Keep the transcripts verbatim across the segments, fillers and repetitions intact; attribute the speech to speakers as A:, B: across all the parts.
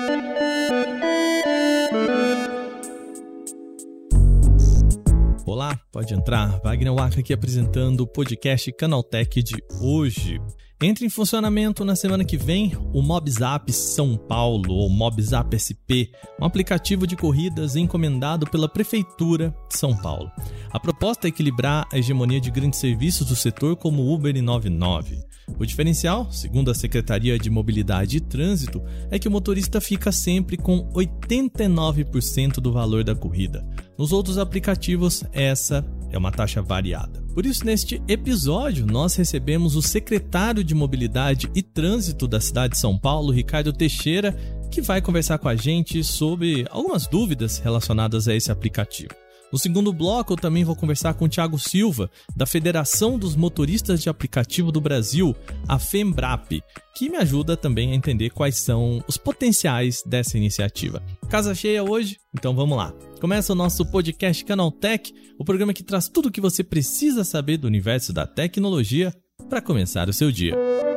A: Olá, pode entrar. Wagner Waka aqui apresentando o podcast Canaltech de hoje. Entra em funcionamento na semana que vem o MobZap São Paulo, ou MobZap S P, um aplicativo de corridas encomendado pela Prefeitura de São Paulo. A proposta é equilibrar a hegemonia de grandes serviços do setor como Uber e noventa e nove. O diferencial, segundo a Secretaria de Mobilidade e Trânsito, é que o motorista fica sempre com oitenta e nove por cento do valor da corrida. Nos outros aplicativos, essa é uma taxa variada. Por isso, neste episódio, nós recebemos o secretário de Mobilidade e Trânsito da cidade de São Paulo, Ricardo Teixeira, que vai conversar com a gente sobre algumas dúvidas relacionadas a esse aplicativo. No segundo bloco, eu também vou conversar com o Thiago Silva, da Federação dos Motoristas de Aplicativo do Brasil, a FEMBRAP, que me ajuda também a entender quais são os potenciais dessa iniciativa. Casa cheia hoje? Então vamos lá. Começa o nosso podcast Canaltech, o programa que traz tudo o que você precisa saber do universo da tecnologia para começar o seu dia.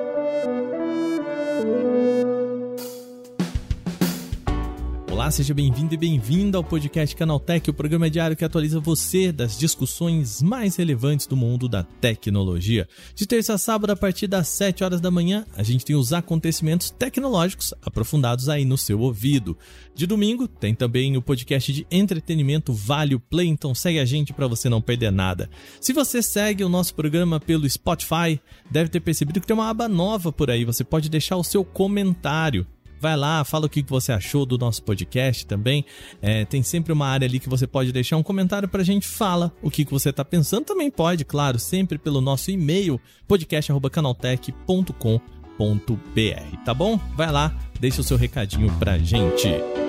A: Olá, seja bem-vindo e bem-vinda ao podcast Canaltech, o programa diário que atualiza você das discussões mais relevantes do mundo da tecnologia. De terça a sábado, a partir das sete horas da manhã, a gente tem os acontecimentos tecnológicos aprofundados aí no seu ouvido. De domingo, tem também o podcast de entretenimento Vale o Play, então segue a gente para você não perder nada. Se você segue o nosso programa pelo Spotify, deve ter percebido que tem uma aba nova por aí, você pode deixar o seu comentário. Vai lá, fala o que você achou do nosso podcast também. É, tem sempre uma área ali que você pode deixar um comentário pra gente. Fala o que você tá pensando. Também pode, claro, sempre pelo nosso e-mail, podcast arroba canaltech ponto com ponto b r, tá bom? Vai lá, deixa o seu recadinho pra gente.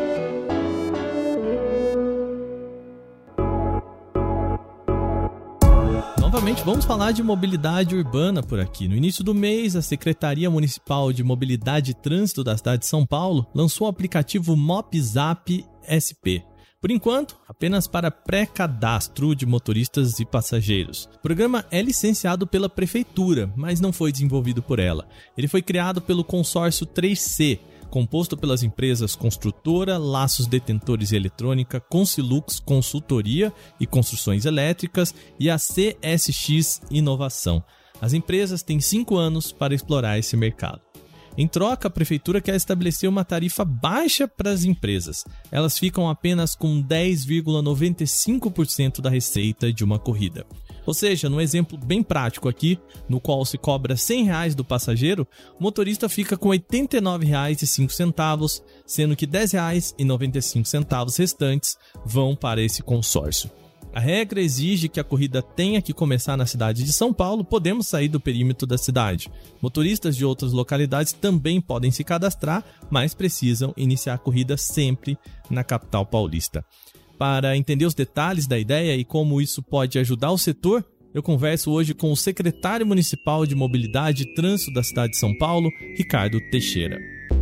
A: Novamente, vamos falar de mobilidade urbana por aqui. No início do mês, a Secretaria Municipal de Mobilidade e Trânsito da cidade de São Paulo lançou o aplicativo MobZap S P. Por enquanto, apenas para pré-cadastro de motoristas e passageiros. O programa é licenciado pela Prefeitura, mas não foi desenvolvido por ela. Ele foi criado pelo consórcio três C, composto pelas empresas Construtora, Laços Detentores e Eletrônica, Consilux Consultoria e Construções Elétricas e a C S X Inovação. As empresas têm cinco anos para explorar esse mercado. Em troca, a Prefeitura quer estabelecer uma tarifa baixa para as empresas. Elas ficam apenas com dez vírgula noventa e cinco por cento da receita de uma corrida. Ou seja, num exemplo bem prático aqui, no qual se cobra cem reais do passageiro, o motorista fica com oitenta e nove reais e cinco centavos, sendo que dez reais e noventa e cinco centavos restantes vão para esse consórcio. A regra exige que a corrida tenha que começar na cidade de São Paulo, podemos sair do perímetro da cidade. Motoristas de outras localidades também podem se cadastrar, mas precisam iniciar a corrida sempre na capital paulista. Para entender os detalhes da ideia e como isso pode ajudar o setor, eu converso hoje com o secretário municipal de Mobilidade e Trânsito da cidade de São Paulo, Ricardo Teixeira.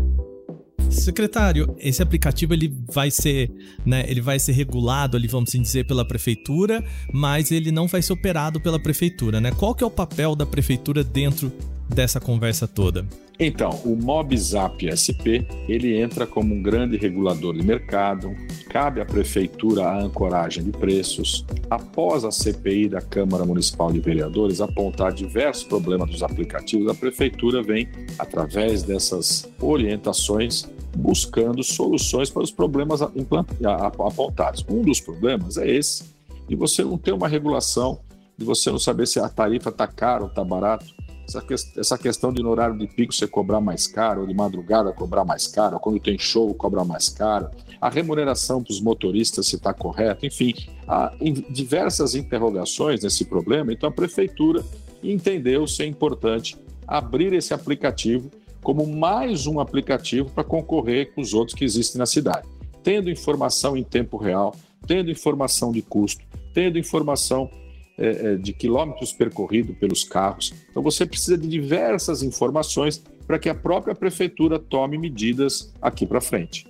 A: Secretário, esse aplicativo ele vai ser, né, ele vai ser regulado, ali, vamos assim dizer, pela prefeitura, mas ele não vai ser operado pela prefeitura, né? Qual que é o papel da prefeitura dentro dessa conversa toda?
B: Então, o MobZap S P, ele entra como um grande regulador de mercado, cabe à prefeitura a ancoragem de preços. Após a C P I da Câmara Municipal de Vereadores apontar diversos problemas dos aplicativos, a prefeitura vem, através dessas orientações, buscando soluções para os problemas apontados. Um dos problemas é esse, de você não ter uma regulação, de você não saber se a tarifa está cara ou está barato. Essa, que, essa questão de no horário de pico você cobrar mais caro, ou de madrugada cobrar mais caro, ou quando tem show cobrar mais caro, a remuneração para os motoristas se está correta, enfim, há diversas interrogações nesse problema. Então a prefeitura entendeu ser importante abrir esse aplicativo como mais um aplicativo para concorrer com os outros que existem na cidade, tendo informação em tempo real, tendo informação de custo, tendo informação de quilômetros percorridos pelos carros. Então você precisa de diversas informações para que a própria prefeitura tome medidas aqui para frente.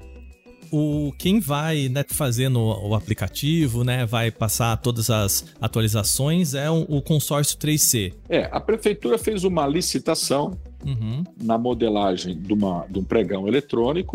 A: O, quem vai, né, fazendo o aplicativo, né, vai passar todas as atualizações é o, o consórcio três C.
B: É, a prefeitura fez uma licitação uhum. na modelagem de, uma, de um pregão eletrônico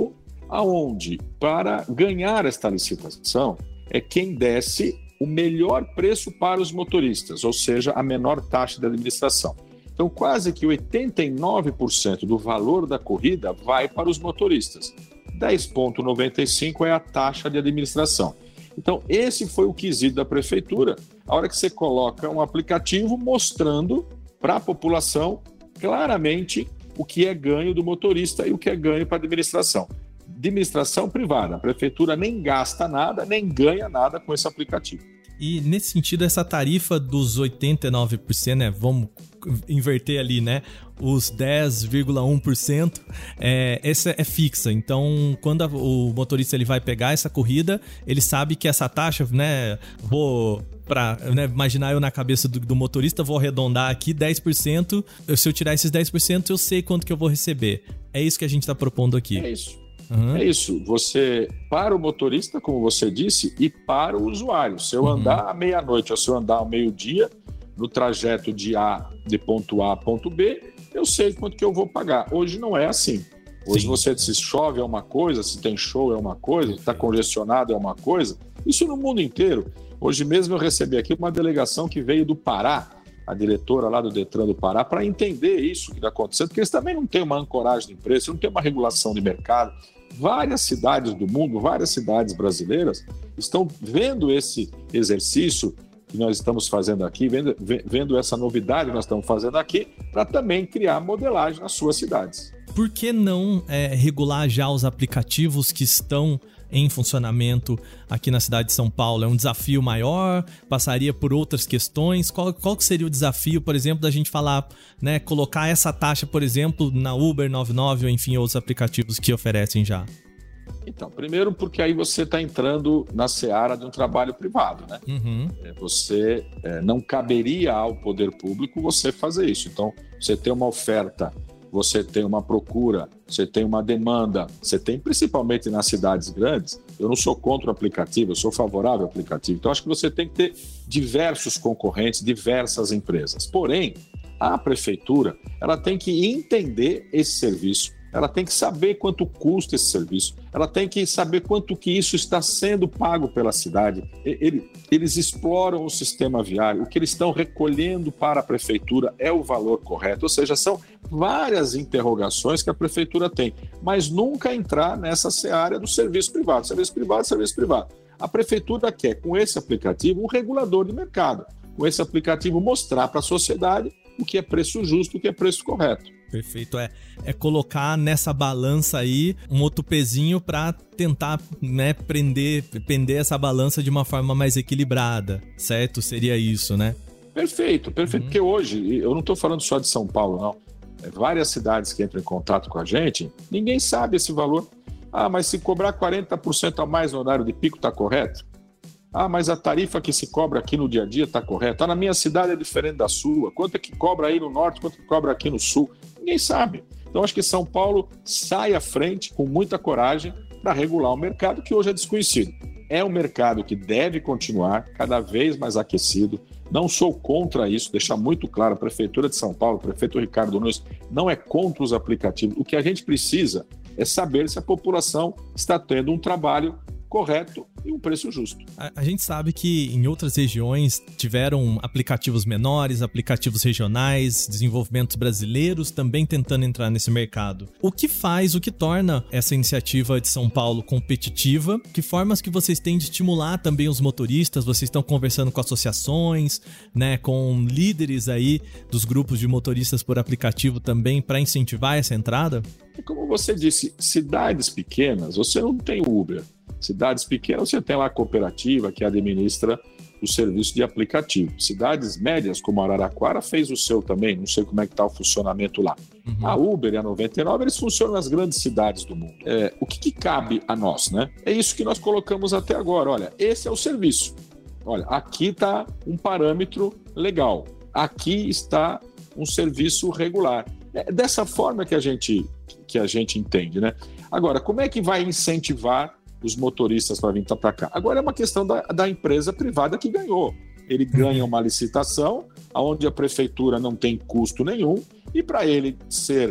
B: aonde, para ganhar esta licitação, é quem desse o melhor preço para os motoristas, ou seja, a menor taxa de administração. Então, quase que oitenta e nove por cento do valor da corrida vai para os motoristas. dez vírgula noventa e cinco por cento é a taxa de administração. Então, esse foi o quesito da prefeitura, a hora que você coloca um aplicativo mostrando para a população claramente o que é ganho do motorista e o que é ganho para a administração. Administração privada, a prefeitura nem gasta nada, nem ganha nada com esse aplicativo.
A: E nesse sentido, essa tarifa dos oitenta e nove por cento, né, vamos inverter ali, né, os dez vírgula um por cento, é, essa é fixa. Então, quando a, o motorista ele vai pegar essa corrida, ele sabe que essa taxa, né, vou para, né, imaginar eu na cabeça do, do motorista, vou arredondar aqui dez por cento, se eu tirar esses dez por cento, eu sei quanto que eu vou receber. É isso que a gente está propondo aqui.
B: É isso. Uhum. É isso, você, para o motorista, como você disse, e para o usuário. Se eu andar uhum. à meia-noite ou se eu andar ao meio-dia, no trajeto de A, de ponto A a ponto B, eu sei quanto que eu vou pagar. Hoje não é assim. Hoje Sim. você, se chove é uma coisa, se tem show é uma coisa, se está congestionado é uma coisa. Isso no mundo inteiro. Hoje mesmo eu recebi aqui uma delegação que veio do Pará, a diretora lá do Detran do Pará, para entender isso que está acontecendo, porque eles também não têm uma ancoragem de preço, não tem uma regulação de mercado. Várias cidades do mundo, várias cidades brasileiras estão vendo esse exercício que nós estamos fazendo aqui, vendo, vendo essa novidade que nós estamos fazendo aqui, para também criar modelagem nas suas cidades.
A: Por que não é, regular já os aplicativos que estão em funcionamento aqui na cidade de São Paulo? É um desafio maior? Passaria por outras questões? Qual, qual que seria o desafio, por exemplo, da gente falar, né, colocar essa taxa, por exemplo, na Uber noventa e nove ou enfim, outros aplicativos que oferecem já?
B: Então, primeiro porque aí você está entrando na seara de um trabalho privado, né? Uhum. Você é, não caberia ao poder público você fazer isso. Então, você tem uma oferta, você tem uma procura, você tem uma demanda, você tem principalmente nas cidades grandes. Eu não sou contra o aplicativo, eu sou favorável ao aplicativo. Então, acho que você tem que ter diversos concorrentes, diversas empresas. Porém, a prefeitura ela tem que entender esse serviço, ela tem que saber quanto custa esse serviço, ela tem que saber quanto que isso está sendo pago pela cidade. Eles exploram o sistema viário, o que eles estão recolhendo para a prefeitura é o valor correto, ou seja, são várias interrogações que a prefeitura tem, mas nunca entrar nessa seara do serviço privado, serviço privado, serviço privado. A prefeitura quer, com esse aplicativo, um regulador de mercado, com esse aplicativo mostrar para a sociedade o que é preço justo, o que é preço correto.
A: Perfeito, é, é colocar nessa balança aí um outro pezinho para tentar, né, prender, prender essa balança de uma forma mais equilibrada, certo? Seria isso, né?
B: Perfeito, perfeito, uhum. Porque hoje, eu não estou falando só de São Paulo, não. É, várias cidades que entram em contato com a gente, ninguém sabe esse valor. Ah, mas se cobrar quarenta por cento a mais no horário de pico, está correto? Ah, mas a tarifa que se cobra aqui no dia a dia está correta? Ah, na minha cidade é diferente da sua. Quanto é que cobra aí no norte, quanto é que cobra aqui no sul? Ninguém sabe. Então, acho que São Paulo sai à frente com muita coragem para regular o mercado que hoje é desconhecido. É um mercado que deve continuar cada vez mais aquecido. Não sou contra isso, deixar muito claro, a Prefeitura de São Paulo, o prefeito Ricardo Nunes, não é contra os aplicativos. O que a gente precisa é saber se a população está tendo um trabalho correto e um preço justo.
A: A, a gente sabe que em outras regiões tiveram aplicativos menores, aplicativos regionais, desenvolvimentos brasileiros também tentando entrar nesse mercado. O que faz, o que torna essa iniciativa de São Paulo competitiva? Que formas que vocês têm de estimular também os motoristas? Vocês estão conversando com associações, né, com líderes aí dos grupos de motoristas por aplicativo também para incentivar essa entrada?
B: E como você disse, cidades pequenas, você não tem Uber. Cidades pequenas, você tem lá a cooperativa que administra o serviço de aplicativo. Cidades médias, como Araraquara, fez o seu também, não sei como é que está o funcionamento lá. Uhum. A Uber e a noventa e nove, eles funcionam nas grandes cidades do mundo. É, o que, que cabe a nós, né? É isso que nós colocamos até agora. Olha, esse é o serviço. Olha, aqui está um parâmetro legal. Aqui está um serviço regular. É dessa forma que a gente, que a gente entende, né? Agora, como é que vai incentivar os motoristas para vir para cá? Agora é uma questão da, da empresa privada que ganhou. Ele ganha uma licitação onde a prefeitura não tem custo nenhum e para ele ser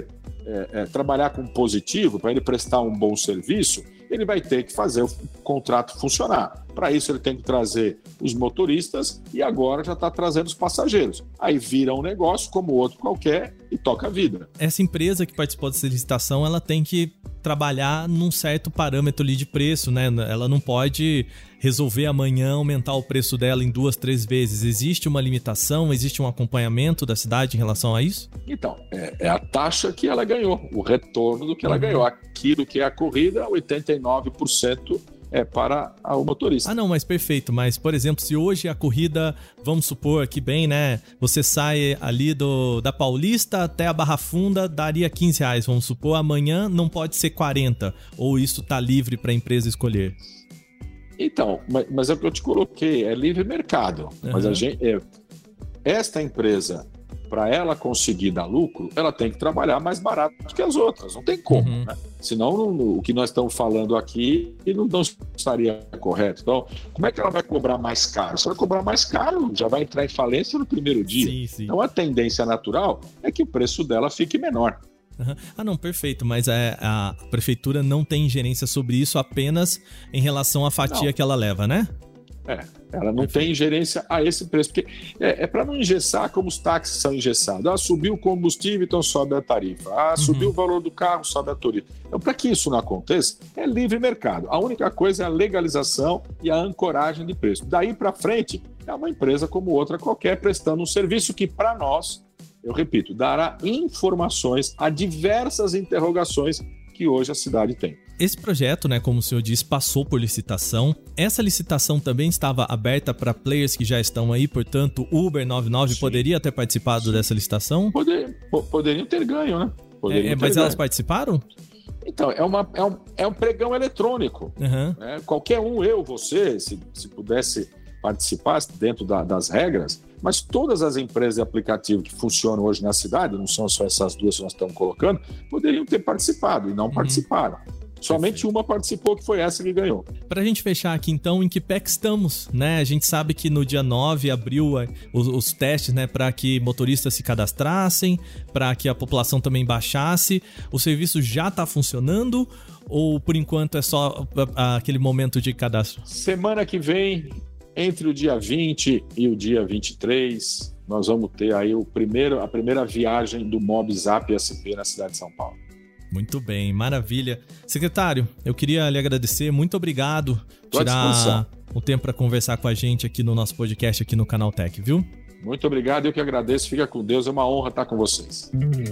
B: é, é, trabalhar com positivo, para ele prestar um bom serviço, ele vai ter que fazer o contrato funcionar. Para isso, ele tem que trazer os motoristas e agora já está trazendo os passageiros. Aí vira um negócio como outro qualquer e toca a vida.
A: Essa empresa que participou dessa licitação, ela tem que trabalhar num certo parâmetro ali de preço, né? Ela não pode resolver amanhã aumentar o preço dela em duas, três vezes. Existe uma limitação, existe um acompanhamento da cidade em relação a isso?
B: Então, é, é a taxa que ela ganhou, o retorno do que ela uhum. ganhou. Aquilo que é a corrida, oitenta e nove por cento é para o motorista.
A: Ah, não, mas perfeito. Mas, por exemplo, se hoje a corrida, vamos supor aqui bem, né? Você sai ali do, da Paulista até a Barra Funda, daria quinze reais, vamos supor. Amanhã não pode ser quarenta, ou isso está livre para a empresa escolher?
B: Então, mas, mas é o que eu te coloquei, é livre mercado. Uhum. Mas a gente, é, esta empresa, para ela conseguir dar lucro, ela tem que trabalhar mais barato que as outras. Não tem como, uhum. né? Senão, não, o que nós estamos falando aqui não, não estaria correto. Então, como é que ela vai cobrar mais caro? Se ela cobrar mais caro, já vai entrar em falência no primeiro dia.
A: Sim, sim.
B: Então, a tendência natural é que o preço dela fique menor.
A: Uhum. Ah, não, perfeito, mas a, a prefeitura não tem ingerência sobre isso apenas em relação à fatia não. que ela leva, né?
B: É, ela não Perfeito. tem ingerência a esse preço, porque é, é para não engessar como os táxis são engessados. Ah, subiu o combustível, então sobe a tarifa. Ah, uhum. subiu o valor do carro, sobe a tarifa. Então, para que isso não aconteça, é livre mercado. A única coisa é a legalização e a ancoragem de preço. Daí para frente, é uma empresa como outra qualquer, prestando um serviço que, para nós, eu repito, dará informações a diversas interrogações que hoje a cidade tem.
A: Esse projeto, né, como o senhor disse, passou por licitação. Essa licitação também estava aberta para players que já estão aí, portanto, Uber noventa e nove Sim. poderia ter participado Sim. dessa licitação?
B: Poder, poderiam ter ganho, né?
A: É, é, mas ganho. Elas participaram?
B: Então, é, uma, é, um, é um pregão eletrônico. Uhum. Né? Qualquer um, eu, você, se, se pudesse participar dentro da, das regras, mas todas as empresas de aplicativo que funcionam hoje na cidade, não são só essas duas que nós estamos colocando, poderiam ter participado e não uhum. participaram. Somente Perfeito. uma participou, que foi essa que ganhou. Para
A: a gente fechar aqui, então, em que pé que estamos, né? A gente sabe que no dia nove abriu os, os testes, né, para que motoristas se cadastrassem, para que a população também baixasse. O serviço já está funcionando ou, por enquanto, é só aquele momento de cadastro?
B: Semana que vem, entre o dia vinte e o dia vinte e três, nós vamos ter aí o primeiro, a primeira viagem do Mobzap S P na cidade de São Paulo.
A: Muito bem, maravilha. Secretário, eu queria lhe agradecer, muito obrigado por tirar um tempo para conversar com a gente aqui no nosso podcast, aqui no Canaltech, viu?
B: Muito obrigado, eu que agradeço, fica com Deus, é uma honra estar com vocês.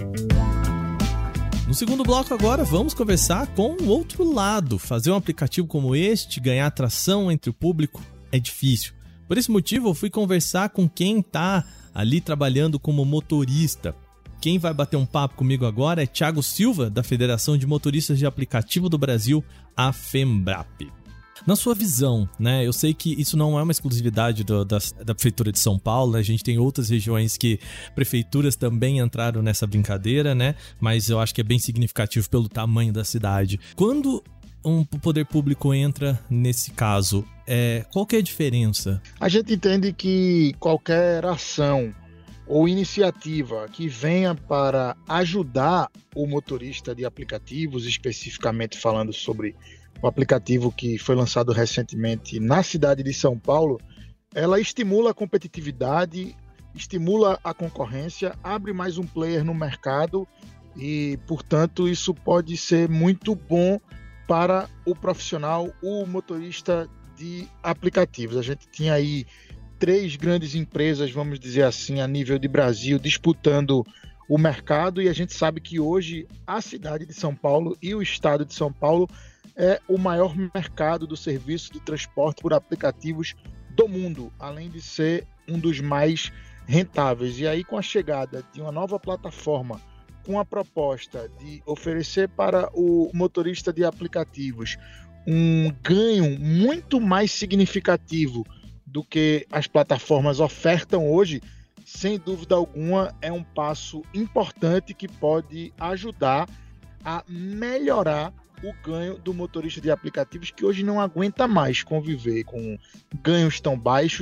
A: No segundo bloco agora, vamos conversar com o outro lado. Fazer um aplicativo como este, ganhar atração entre o público, é difícil. Por esse motivo, eu fui conversar com quem está ali trabalhando como motorista. Quem vai bater um papo comigo agora é Thiago Silva, da Federação de Motoristas de Aplicativo do Brasil, a FEMBRAP. Na sua visão, né, eu sei que isso não é uma exclusividade do, da, da Prefeitura de São Paulo, né, a gente tem outras regiões que prefeituras também entraram nessa brincadeira, né, mas eu acho que é bem significativo pelo tamanho da cidade. Quando um poder público entra nesse caso, é, qual que é a diferença?
C: A gente entende que qualquer ação ou iniciativa que venha para ajudar o motorista de aplicativos, especificamente falando sobre o aplicativo que foi lançado recentemente na cidade de São Paulo, ela estimula a competitividade, estimula a concorrência, abre mais um player no mercado e, portanto, isso pode ser muito bom para o profissional, o motorista de aplicativos. A gente tinha aí três grandes empresas, vamos dizer assim, a nível de Brasil, disputando o mercado, e a gente sabe que hoje a cidade de São Paulo e o estado de São Paulo é o maior mercado do serviço de transporte por aplicativos do mundo, além de ser um dos mais rentáveis. E aí, com a chegada de uma nova plataforma, com a proposta de oferecer para o motorista de aplicativos um ganho muito mais significativo do que as plataformas ofertam hoje, sem dúvida alguma é um passo importante que pode ajudar a melhorar o ganho do motorista de aplicativos, que hoje não aguenta mais conviver com ganhos tão baixos,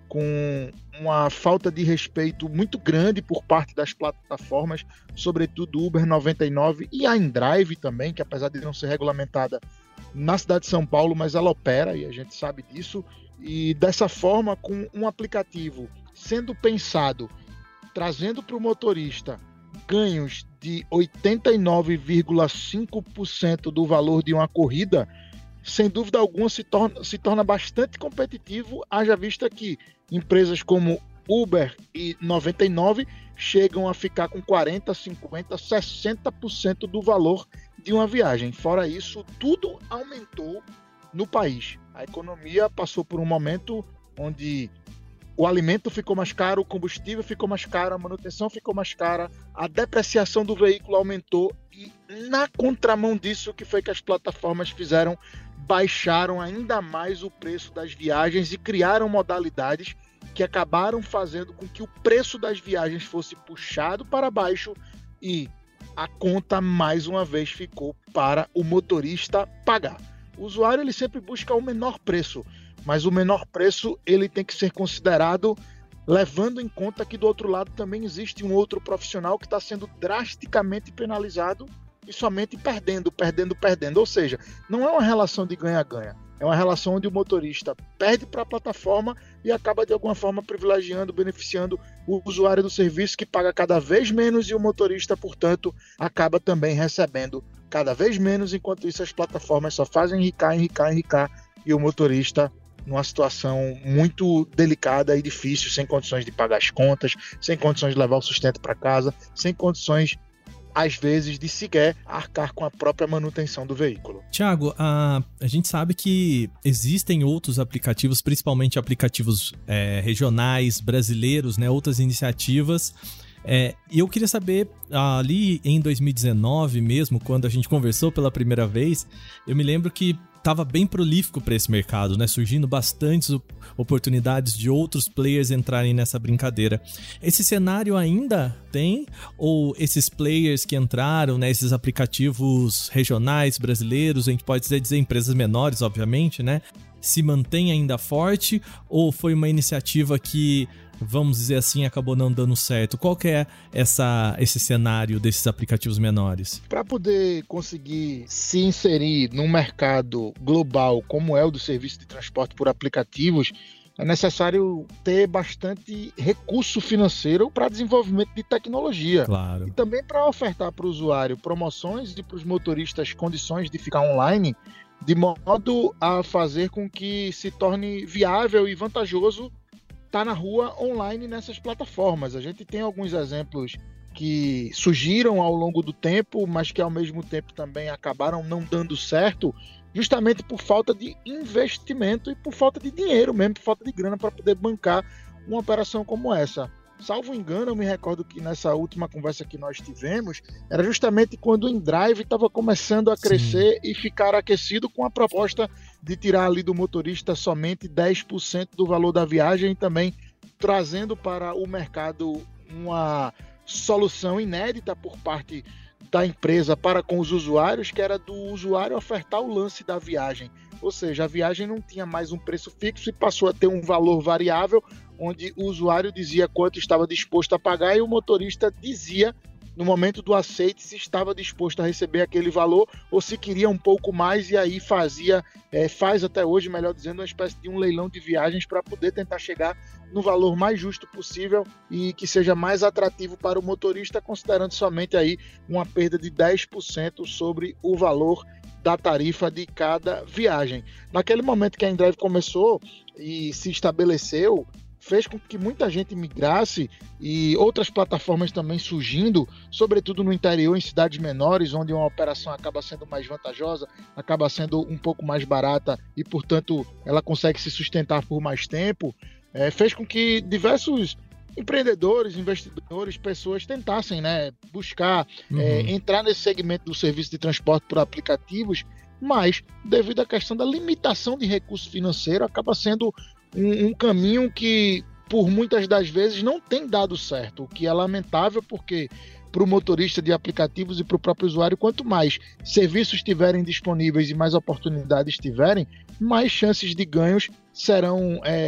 C: com uma falta de respeito muito grande por parte das plataformas, sobretudo Uber noventa e nove e a InDrive também, que apesar de não ser regulamentada na cidade de São Paulo, mas ela opera e a gente sabe disso. E dessa forma, com um aplicativo sendo pensado, trazendo para o motorista ganhos de oitenta e nove vírgula cinco por cento do valor de uma corrida, sem dúvida alguma se torna, se torna bastante competitivo, haja vista que empresas como Uber e noventa e nove chegam a ficar com quarenta, cinquenta, sessenta por cento do valor de uma viagem. Fora isso, tudo aumentou no país. A economia passou por um momento onde o alimento ficou mais caro, o combustível ficou mais caro, a manutenção ficou mais cara, a depreciação do veículo aumentou e na contramão disso, o que foi que as plataformas fizeram? Baixaram ainda mais o preço das viagens e criaram modalidades que acabaram fazendo com que o preço das viagens fosse puxado para baixo e a conta mais uma vez ficou para o motorista pagar. O usuário ele sempre busca o menor preço, mas o menor preço ele tem que ser considerado levando em conta que do outro lado também existe um outro profissional que está sendo drasticamente penalizado e somente perdendo, perdendo, perdendo. Ou seja, não é uma relação de ganha-ganha, é uma relação onde o motorista perde para a plataforma e acaba de alguma forma privilegiando, beneficiando o usuário do serviço que paga cada vez menos e o motorista, portanto, acaba também recebendo cada vez menos, enquanto isso as plataformas só fazem enricar, enricar, enricar e o motorista numa situação muito delicada e difícil, sem condições de pagar as contas, sem condições de levar o sustento para casa, sem condições, às vezes, de sequer arcar com a própria manutenção do veículo.
A: Tiago, a, a gente sabe que existem outros aplicativos, principalmente aplicativos é, regionais, brasileiros, né, outras iniciativas. É, e eu queria saber, ali em dois mil e dezenove mesmo, quando a gente conversou pela primeira vez, eu me lembro que estava bem prolífico para esse mercado, né? Surgindo bastantes oportunidades de outros players entrarem nessa brincadeira. Esse cenário ainda tem? Ou esses players que entraram, né? Esses aplicativos regionais brasileiros, a gente pode dizer, dizer empresas menores, obviamente, né? Se mantém ainda forte? Ou foi uma iniciativa que, vamos dizer assim, acabou não dando certo? Qual que é essa, esse cenário desses aplicativos menores?
C: Para poder conseguir se inserir num mercado global como é o do serviço de transporte por aplicativos, é necessário ter bastante recurso financeiro para desenvolvimento de tecnologia.
A: Claro.
C: E também para ofertar para o usuário promoções e para os motoristas condições de ficar online, de modo a fazer com que se torne viável e vantajoso estar na rua online nessas plataformas. A gente tem alguns exemplos que surgiram ao longo do tempo, mas que ao mesmo tempo também acabaram não dando certo, justamente por falta de investimento e por falta de dinheiro mesmo, por falta de grana para poder bancar uma operação como essa. Salvo engano, eu me recordo que nessa última conversa que nós tivemos, era justamente quando o InDrive estava começando a crescer Sim. e ficar aquecido com a proposta de tirar ali do motorista somente dez por cento do valor da viagem e também trazendo para o mercado uma solução inédita por parte da empresa para com os usuários, que era do usuário ofertar o lance da viagem. Ou seja, a viagem não tinha mais um preço fixo e passou a ter um valor variável, onde o usuário dizia quanto estava disposto a pagar e o motorista dizia, no momento do aceite, se estava disposto a receber aquele valor ou se queria um pouco mais, e aí fazia, é, faz até hoje, melhor dizendo, uma espécie de um leilão de viagens para poder tentar chegar no valor mais justo possível e que seja mais atrativo para o motorista, considerando somente aí uma perda de dez por cento sobre o valor da tarifa de cada viagem. Naquele momento que a InDrive começou e se estabeleceu, fez com que muita gente migrasse e outras plataformas também surgindo, sobretudo no interior, em cidades menores, onde uma operação acaba sendo mais vantajosa, acaba sendo um pouco mais barata e, portanto, ela consegue se sustentar por mais tempo, é, fez com que diversos empreendedores, investidores, pessoas tentassem, né, buscar uhum. é, entrar nesse segmento do serviço de transporte por aplicativos, mas, devido à questão da limitação de recurso financeiro, acaba sendo um, um caminho que, por muitas das vezes, não tem dado certo, o que é lamentável, porque para o motorista de aplicativos e para o próprio usuário, quanto mais serviços estiverem disponíveis e mais oportunidades tiverem, mais chances de ganhos serão é,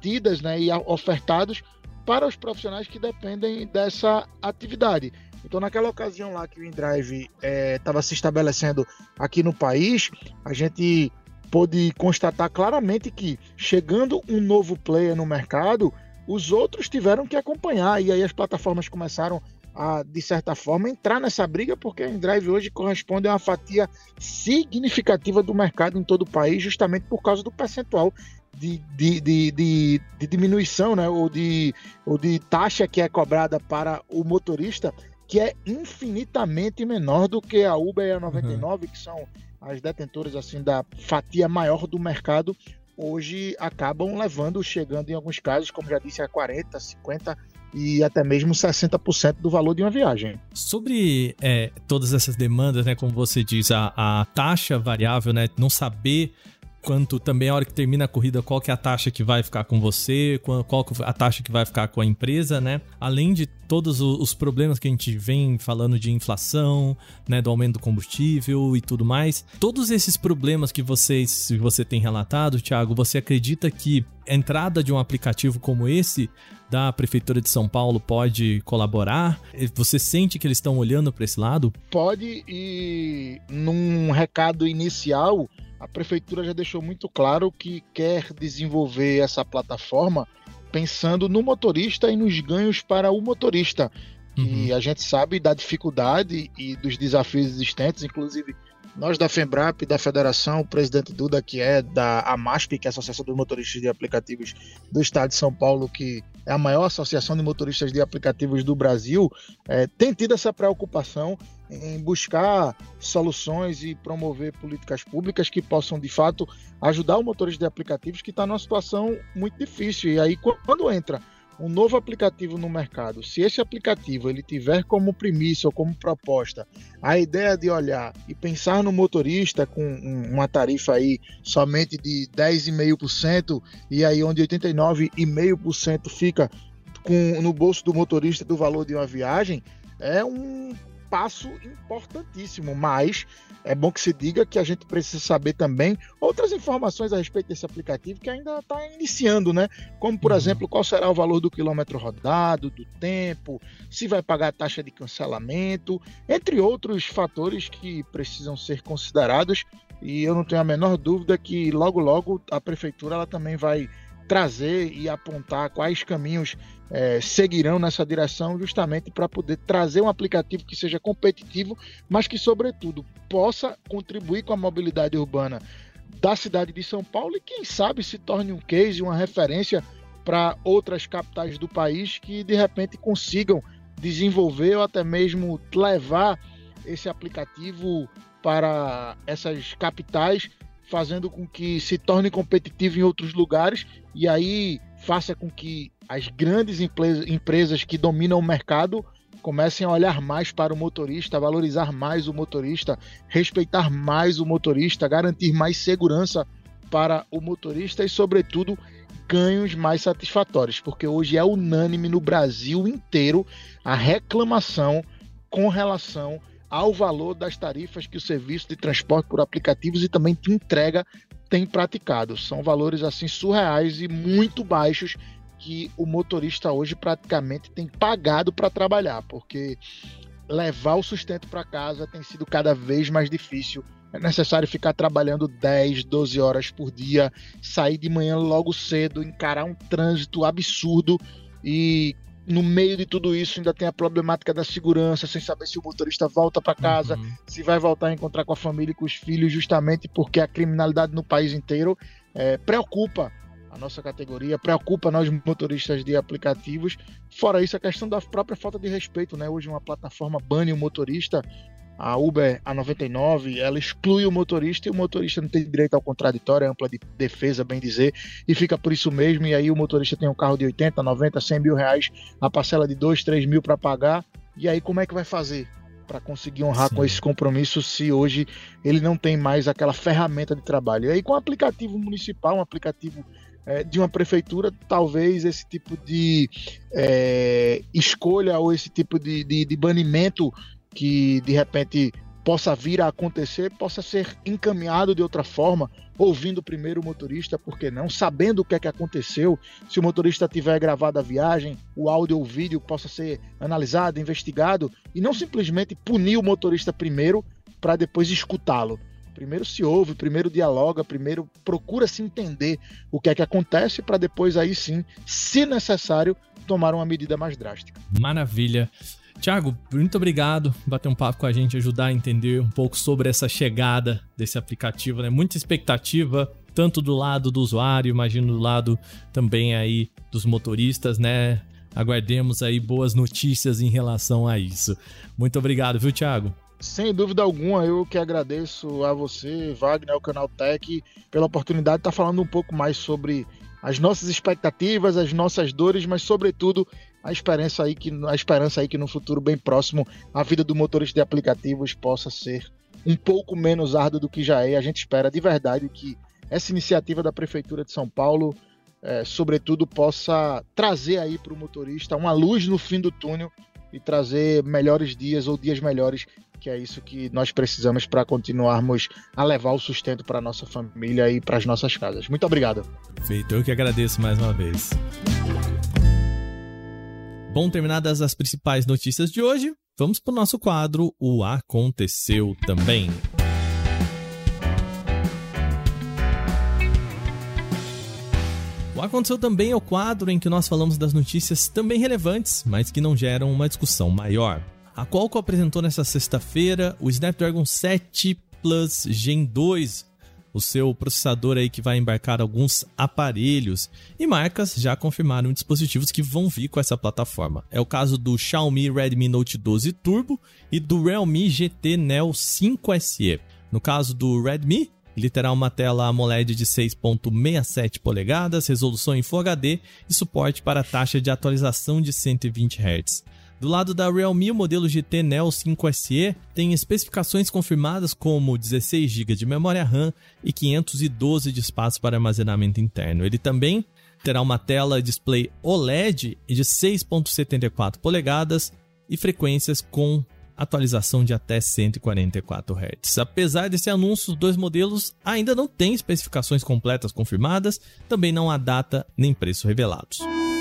C: garantidas, né, e ofertados para os profissionais que dependem dessa atividade. Então, naquela ocasião lá que o InDrive estava é, se estabelecendo aqui no país, a gente pôde constatar claramente que, chegando um novo player no mercado, os outros tiveram que acompanhar, e aí as plataformas começaram a, de certa forma, entrar nessa briga, porque a InDrive hoje corresponde a uma fatia significativa do mercado em todo o país, justamente por causa do percentual de, de, de, de, de diminuição, né, ou, de, ou de taxa que é cobrada para o motorista, que é infinitamente menor do que a Uber e a noventa e nove, uhum. que são as detentoras assim, da fatia maior do mercado, hoje acabam levando, chegando em alguns casos, como já disse, a quarenta, cinquenta e até mesmo sessenta por cento do valor de uma viagem.
A: Sobre é, todas essas demandas, né, como você diz, a, a taxa variável, né, não saber quanto também a hora que termina a corrida, qual que é a taxa que vai ficar com você, qual, qual a taxa que vai ficar com a empresa, né? Além de todos os problemas que a gente vem falando de inflação, né, do aumento do combustível e tudo mais, todos esses problemas que vocês, você tem relatado, Thiago, você acredita que a entrada de um aplicativo como esse da Prefeitura de São Paulo pode colaborar? Você sente que eles estão olhando para esse lado?
C: Pode, e num recado inicial, a Prefeitura já deixou muito claro que quer desenvolver essa plataforma pensando no motorista e nos ganhos para o motorista. Uhum. E a gente sabe da dificuldade e dos desafios existentes, inclusive nós da FEMBRAP, da Federação, o presidente Duda, que é da AMASP, que é a Associação dos Motoristas de Aplicativos do Estado de São Paulo, que é a maior associação de motoristas de aplicativos do Brasil, é, tem tido essa preocupação em buscar soluções e promover políticas públicas que possam, de fato, ajudar o motorista de aplicativos que está numa situação muito difícil. E aí, quando entra um novo aplicativo no mercado, se esse aplicativo ele tiver como premissa ou como proposta a ideia de olhar e pensar no motorista com uma tarifa aí somente de dez vírgula cinco por cento e aí onde oitenta e nove vírgula cinco por cento fica com, no bolso do motorista do valor de uma viagem, é um passo importantíssimo, mas é bom que se diga que a gente precisa saber também outras informações a respeito desse aplicativo que ainda está iniciando, né? Como, por uhum. exemplo, qual será o valor do quilômetro rodado, do tempo, se vai pagar a taxa de cancelamento, entre outros fatores que precisam ser considerados, e eu não tenho a menor dúvida que logo, logo a Prefeitura ela também vai trazer e apontar quais caminhos é, seguirão nessa direção, justamente para poder trazer um aplicativo que seja competitivo, mas que, sobretudo, possa contribuir com a mobilidade urbana da cidade de São Paulo e, quem sabe, se torne um case, uma referência para outras capitais do país que, de repente, consigam desenvolver ou até mesmo levar esse aplicativo para essas capitais, fazendo com que se torne competitivo em outros lugares e aí faça com que as grandes empresas que dominam o mercado comecem a olhar mais para o motorista, valorizar mais o motorista, respeitar mais o motorista, garantir mais segurança para o motorista e, sobretudo, ganhos mais satisfatórios, porque hoje é unânime no Brasil inteiro a reclamação com relação ao valor das tarifas que o serviço de transporte por aplicativos e também de entrega tem praticado. São valores assim surreais e muito baixos que o motorista hoje praticamente tem pagado para trabalhar, porque levar o sustento para casa tem sido cada vez mais difícil. É necessário ficar trabalhando dez, doze horas por dia, sair de manhã logo cedo, encarar um trânsito absurdo e no meio de tudo isso ainda tem a problemática da segurança, sem saber se o motorista volta para casa, uhum. se vai voltar a encontrar com a família e com os filhos, justamente porque a criminalidade no país inteiro é, preocupa a nossa categoria, preocupa nós motoristas de aplicativos. Fora isso, a questão da própria falta de respeito, né? Hoje uma plataforma bane o motorista, a Uber, a noventa e nove, ela exclui o motorista e o motorista não tem direito ao contraditório, é ampla de defesa, bem dizer, e fica por isso mesmo, e aí o motorista tem um carro de oitenta, noventa, cem mil reais, a parcela de dois, três mil para pagar, e aí como é que vai fazer para conseguir honrar Sim. com esse compromisso se hoje ele não tem mais aquela ferramenta de trabalho? E aí com o aplicativo municipal, um aplicativo é, de uma prefeitura, talvez esse tipo de é, escolha ou esse tipo de, de, de banimento que de repente possa vir a acontecer, possa ser encaminhado de outra forma, ouvindo primeiro o motorista, por que não? Sabendo o que é que aconteceu, se o motorista tiver gravado a viagem, o áudio ou o vídeo possa ser analisado, investigado, e não simplesmente punir o motorista primeiro para depois escutá-lo. Primeiro se ouve, primeiro dialoga, primeiro procura se entender o que é que acontece para depois aí sim, se necessário, tomar uma medida mais drástica.
A: Maravilha. Thiago, muito obrigado por bater um papo com a gente, ajudar a entender um pouco sobre essa chegada desse aplicativo, né? Muita expectativa, tanto do lado do usuário, imagino do lado também aí dos motoristas, né? Aguardemos aí boas notícias em relação a isso. Muito obrigado, viu, Thiago?
C: Sem dúvida alguma, eu que agradeço a você, Wagner, ao Canal Tech, pela oportunidade de estar falando um pouco mais sobre as nossas expectativas, as nossas dores, mas sobretudo a esperança aí que, a esperança aí que no futuro bem próximo a vida do motorista de aplicativos possa ser um pouco menos árdua do que já é. A gente espera de verdade que essa iniciativa da Prefeitura de São Paulo, é, sobretudo, possa trazer aí para o motorista uma luz no fim do túnel e trazer melhores dias ou dias melhores, que é isso que nós precisamos para continuarmos a levar o sustento para a nossa família e para as nossas casas. Muito obrigado.
A: Feito, eu que agradeço mais uma vez. Bom, terminadas as principais notícias de hoje, vamos para o nosso quadro O Aconteceu Também. O Aconteceu Também é o quadro em que nós falamos das notícias também relevantes, mas que não geram uma discussão maior. A Qualcomm apresentou nesta sexta-feira o Snapdragon sete Plus Gen dois, o seu processador aí que vai embarcar alguns aparelhos, e marcas já confirmaram dispositivos que vão vir com essa plataforma. É o caso do Xiaomi Redmi Note doze Turbo e do Realme G T Neo cinco S E. No caso do Redmi, ele terá uma tela AMOLED de seis vírgula sessenta e sete polegadas, resolução em Full H D e suporte para taxa de atualização de cento e vinte hertz. Do lado da Realme, o modelo G T Neo cinco S E tem especificações confirmadas como dezesseis gigabytes de memória RAM e quinhentos e doze de espaço para armazenamento interno. Ele também terá uma tela display O L E D de seis vírgula setenta e quatro polegadas e frequências com atualização de até cento e quarenta e quatro hertz. Apesar desse anúncio, os dois modelos ainda não têm especificações completas confirmadas, também não há data nem preço revelados.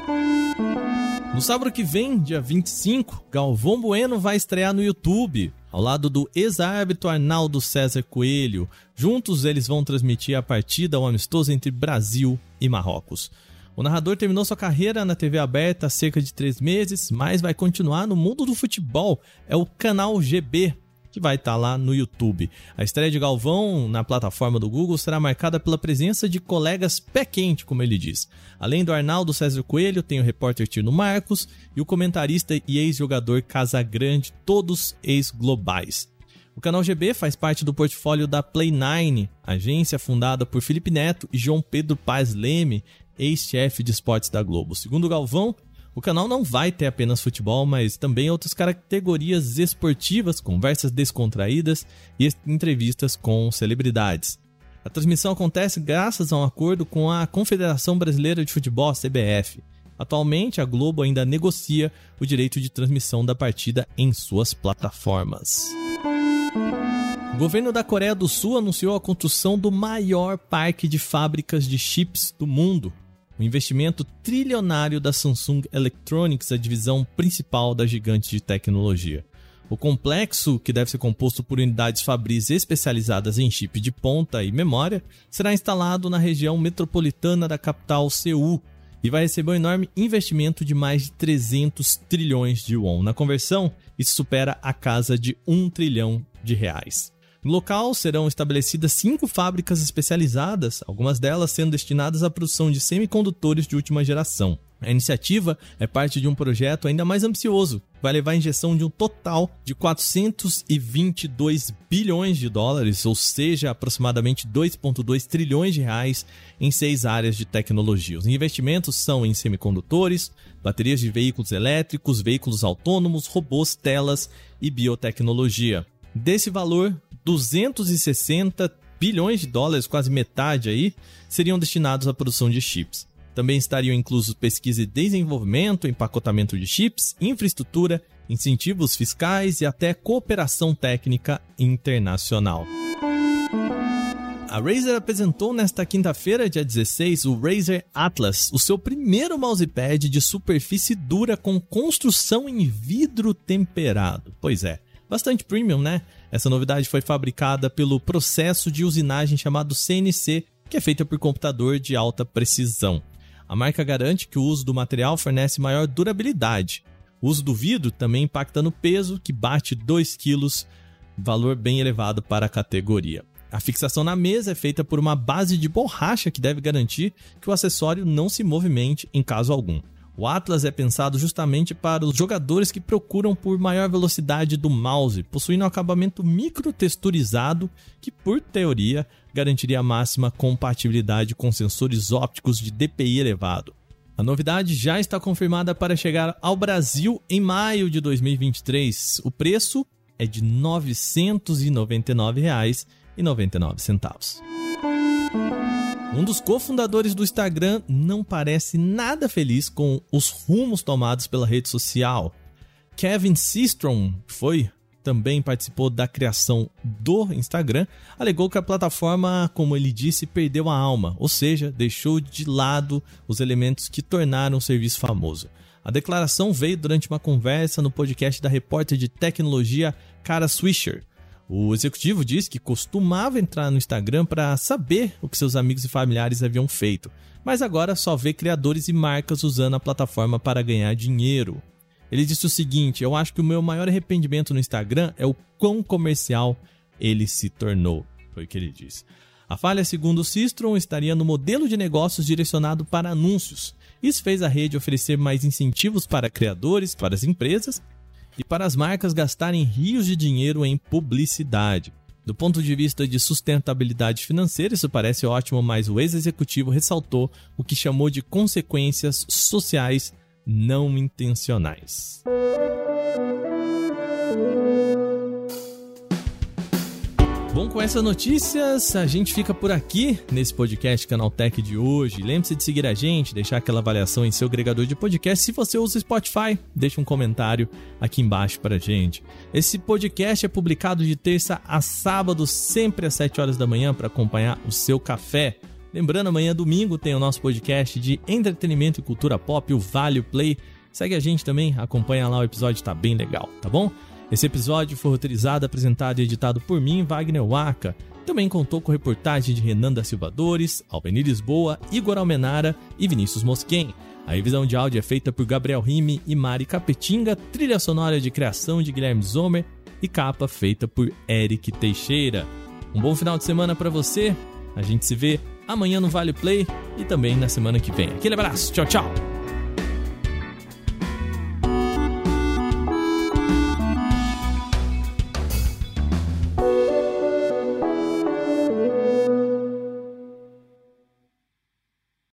A: No sábado que vem, dia vinte e cinco, Galvão Bueno vai estrear no YouTube, ao lado do ex-árbitro Arnaldo César Coelho. Juntos, eles vão transmitir a partida ao amistoso entre Brasil e Marrocos. O narrador terminou sua carreira na T V aberta há cerca de três meses, mas vai continuar no mundo do futebol. É o Canal G B, que vai estar lá no YouTube. A estreia de Galvão na plataforma do Google será marcada pela presença de colegas pé quente, como ele diz. Além do Arnaldo César Coelho, tem o repórter Tino Marcos e o comentarista e ex-jogador Casagrande, todos ex-globais. O Canal G B faz parte do portfólio da Play nine, agência fundada por Felipe Neto e João Pedro Paes Leme, ex-chefe de esportes da Globo. Segundo Galvão, o canal não vai ter apenas futebol, mas também outras categorias esportivas, conversas descontraídas e entrevistas com celebridades. A transmissão acontece graças a um acordo com a Confederação Brasileira de Futebol, C B F. Atualmente, a Globo ainda negocia o direito de transmissão da partida em suas plataformas. O governo da Coreia do Sul anunciou a construção do maior parque de fábricas de chips do mundo. O investimento trilionário da Samsung Electronics, a divisão principal da gigante de tecnologia. O complexo, que deve ser composto por unidades fabris especializadas em chip de ponta e memória, será instalado na região metropolitana da capital Seul e vai receber um enorme investimento de mais de trezentos trilhões de won. Na conversão, isso supera a casa de um trilhão de reais. No local serão estabelecidas cinco fábricas especializadas, algumas delas sendo destinadas à produção de semicondutores de última geração. A iniciativa é parte de um projeto ainda mais ambicioso, que vai levar a injeção de um total de quatrocentos e vinte e dois bilhões de dólares, ou seja, aproximadamente dois vírgula dois trilhões de reais em seis áreas de tecnologia. Os investimentos são em semicondutores, baterias de veículos elétricos, veículos autônomos, robôs, telas e biotecnologia. Desse valor, duzentos e sessenta bilhões de dólares, quase metade aí, seriam destinados à produção de chips. Também estariam inclusos pesquisa e desenvolvimento, empacotamento de chips, infraestrutura incentivos fiscais e até cooperação técnica internacional. A Razer apresentou nesta quinta-feira, dia dezesseis, o Razer Atlas, o seu primeiro mousepad de superfície dura com construção em vidro temperado. Pois é, bastante premium, né? Essa novidade foi fabricada pelo processo de usinagem chamado C N C, que é feita por computador de alta precisão. A marca garante que o uso do material fornece maior durabilidade. O uso do vidro também impacta no peso, que bate dois quilos, valor bem elevado para a categoria. A fixação na mesa é feita por uma base de borracha que deve garantir que o acessório não se movimente em caso algum. O Atlas é pensado justamente para os jogadores que procuram por maior velocidade do mouse, possuindo um acabamento microtexturizado que, por teoria, garantiria a máxima compatibilidade com sensores ópticos de D P I elevado. A novidade já está confirmada para chegar ao Brasil em maio de dois mil e vinte e três. O preço é de novecentos e noventa e nove reais e noventa e nove centavos. Um dos cofundadores do Instagram não parece nada feliz com os rumos tomados pela rede social. Kevin Systrom, que foi, também participou da criação do Instagram, alegou que a plataforma, como ele disse, perdeu a alma, ou seja, deixou de lado os elementos que tornaram o serviço famoso. A declaração veio durante uma conversa no podcast da repórter de tecnologia Kara Swisher. O executivo disse que costumava entrar no Instagram para saber o que seus amigos e familiares haviam feito, mas agora só vê criadores e marcas usando a plataforma para ganhar dinheiro. Ele disse o seguinte: eu acho que o meu maior arrependimento no Instagram é o quão comercial ele se tornou, foi o que ele disse. A falha, segundo o Systrom, estaria no modelo de negócios direcionado para anúncios. Isso fez a rede oferecer mais incentivos para criadores, para as empresas e para as marcas gastarem rios de dinheiro em publicidade. Do ponto de vista de sustentabilidade financeira, isso parece ótimo, mas o ex-executivo ressaltou o que chamou de consequências sociais não intencionais. Bom, com essas notícias, a gente fica por aqui nesse podcast Canaltech de hoje. Lembre-se de seguir a gente, deixar aquela avaliação em seu agregador de podcast. Se você usa Spotify, deixa um comentário aqui embaixo pra gente. Esse podcast é publicado de terça a sábado, sempre às sete horas da manhã, para acompanhar o seu café. Lembrando, amanhã, domingo, tem o nosso podcast de entretenimento e cultura pop, o Vale Play. Segue a gente também, acompanha lá, o episódio tá bem legal, tá bom? Esse episódio foi roteirizado, apresentado e editado por mim, Wagner Waka. Também contou com reportagem de Renan da Silva Dores, Albenir Lisboa, Igor Almenara e Vinícius Mosquen. A revisão de áudio é feita por Gabriel Rime e Mari Capetinga, trilha sonora de criação de Guilherme Zomer e capa feita por Eric Teixeira. Um bom final de semana para você. A gente se vê amanhã no Vale Play e também na semana que vem. Aquele abraço, tchau, tchau!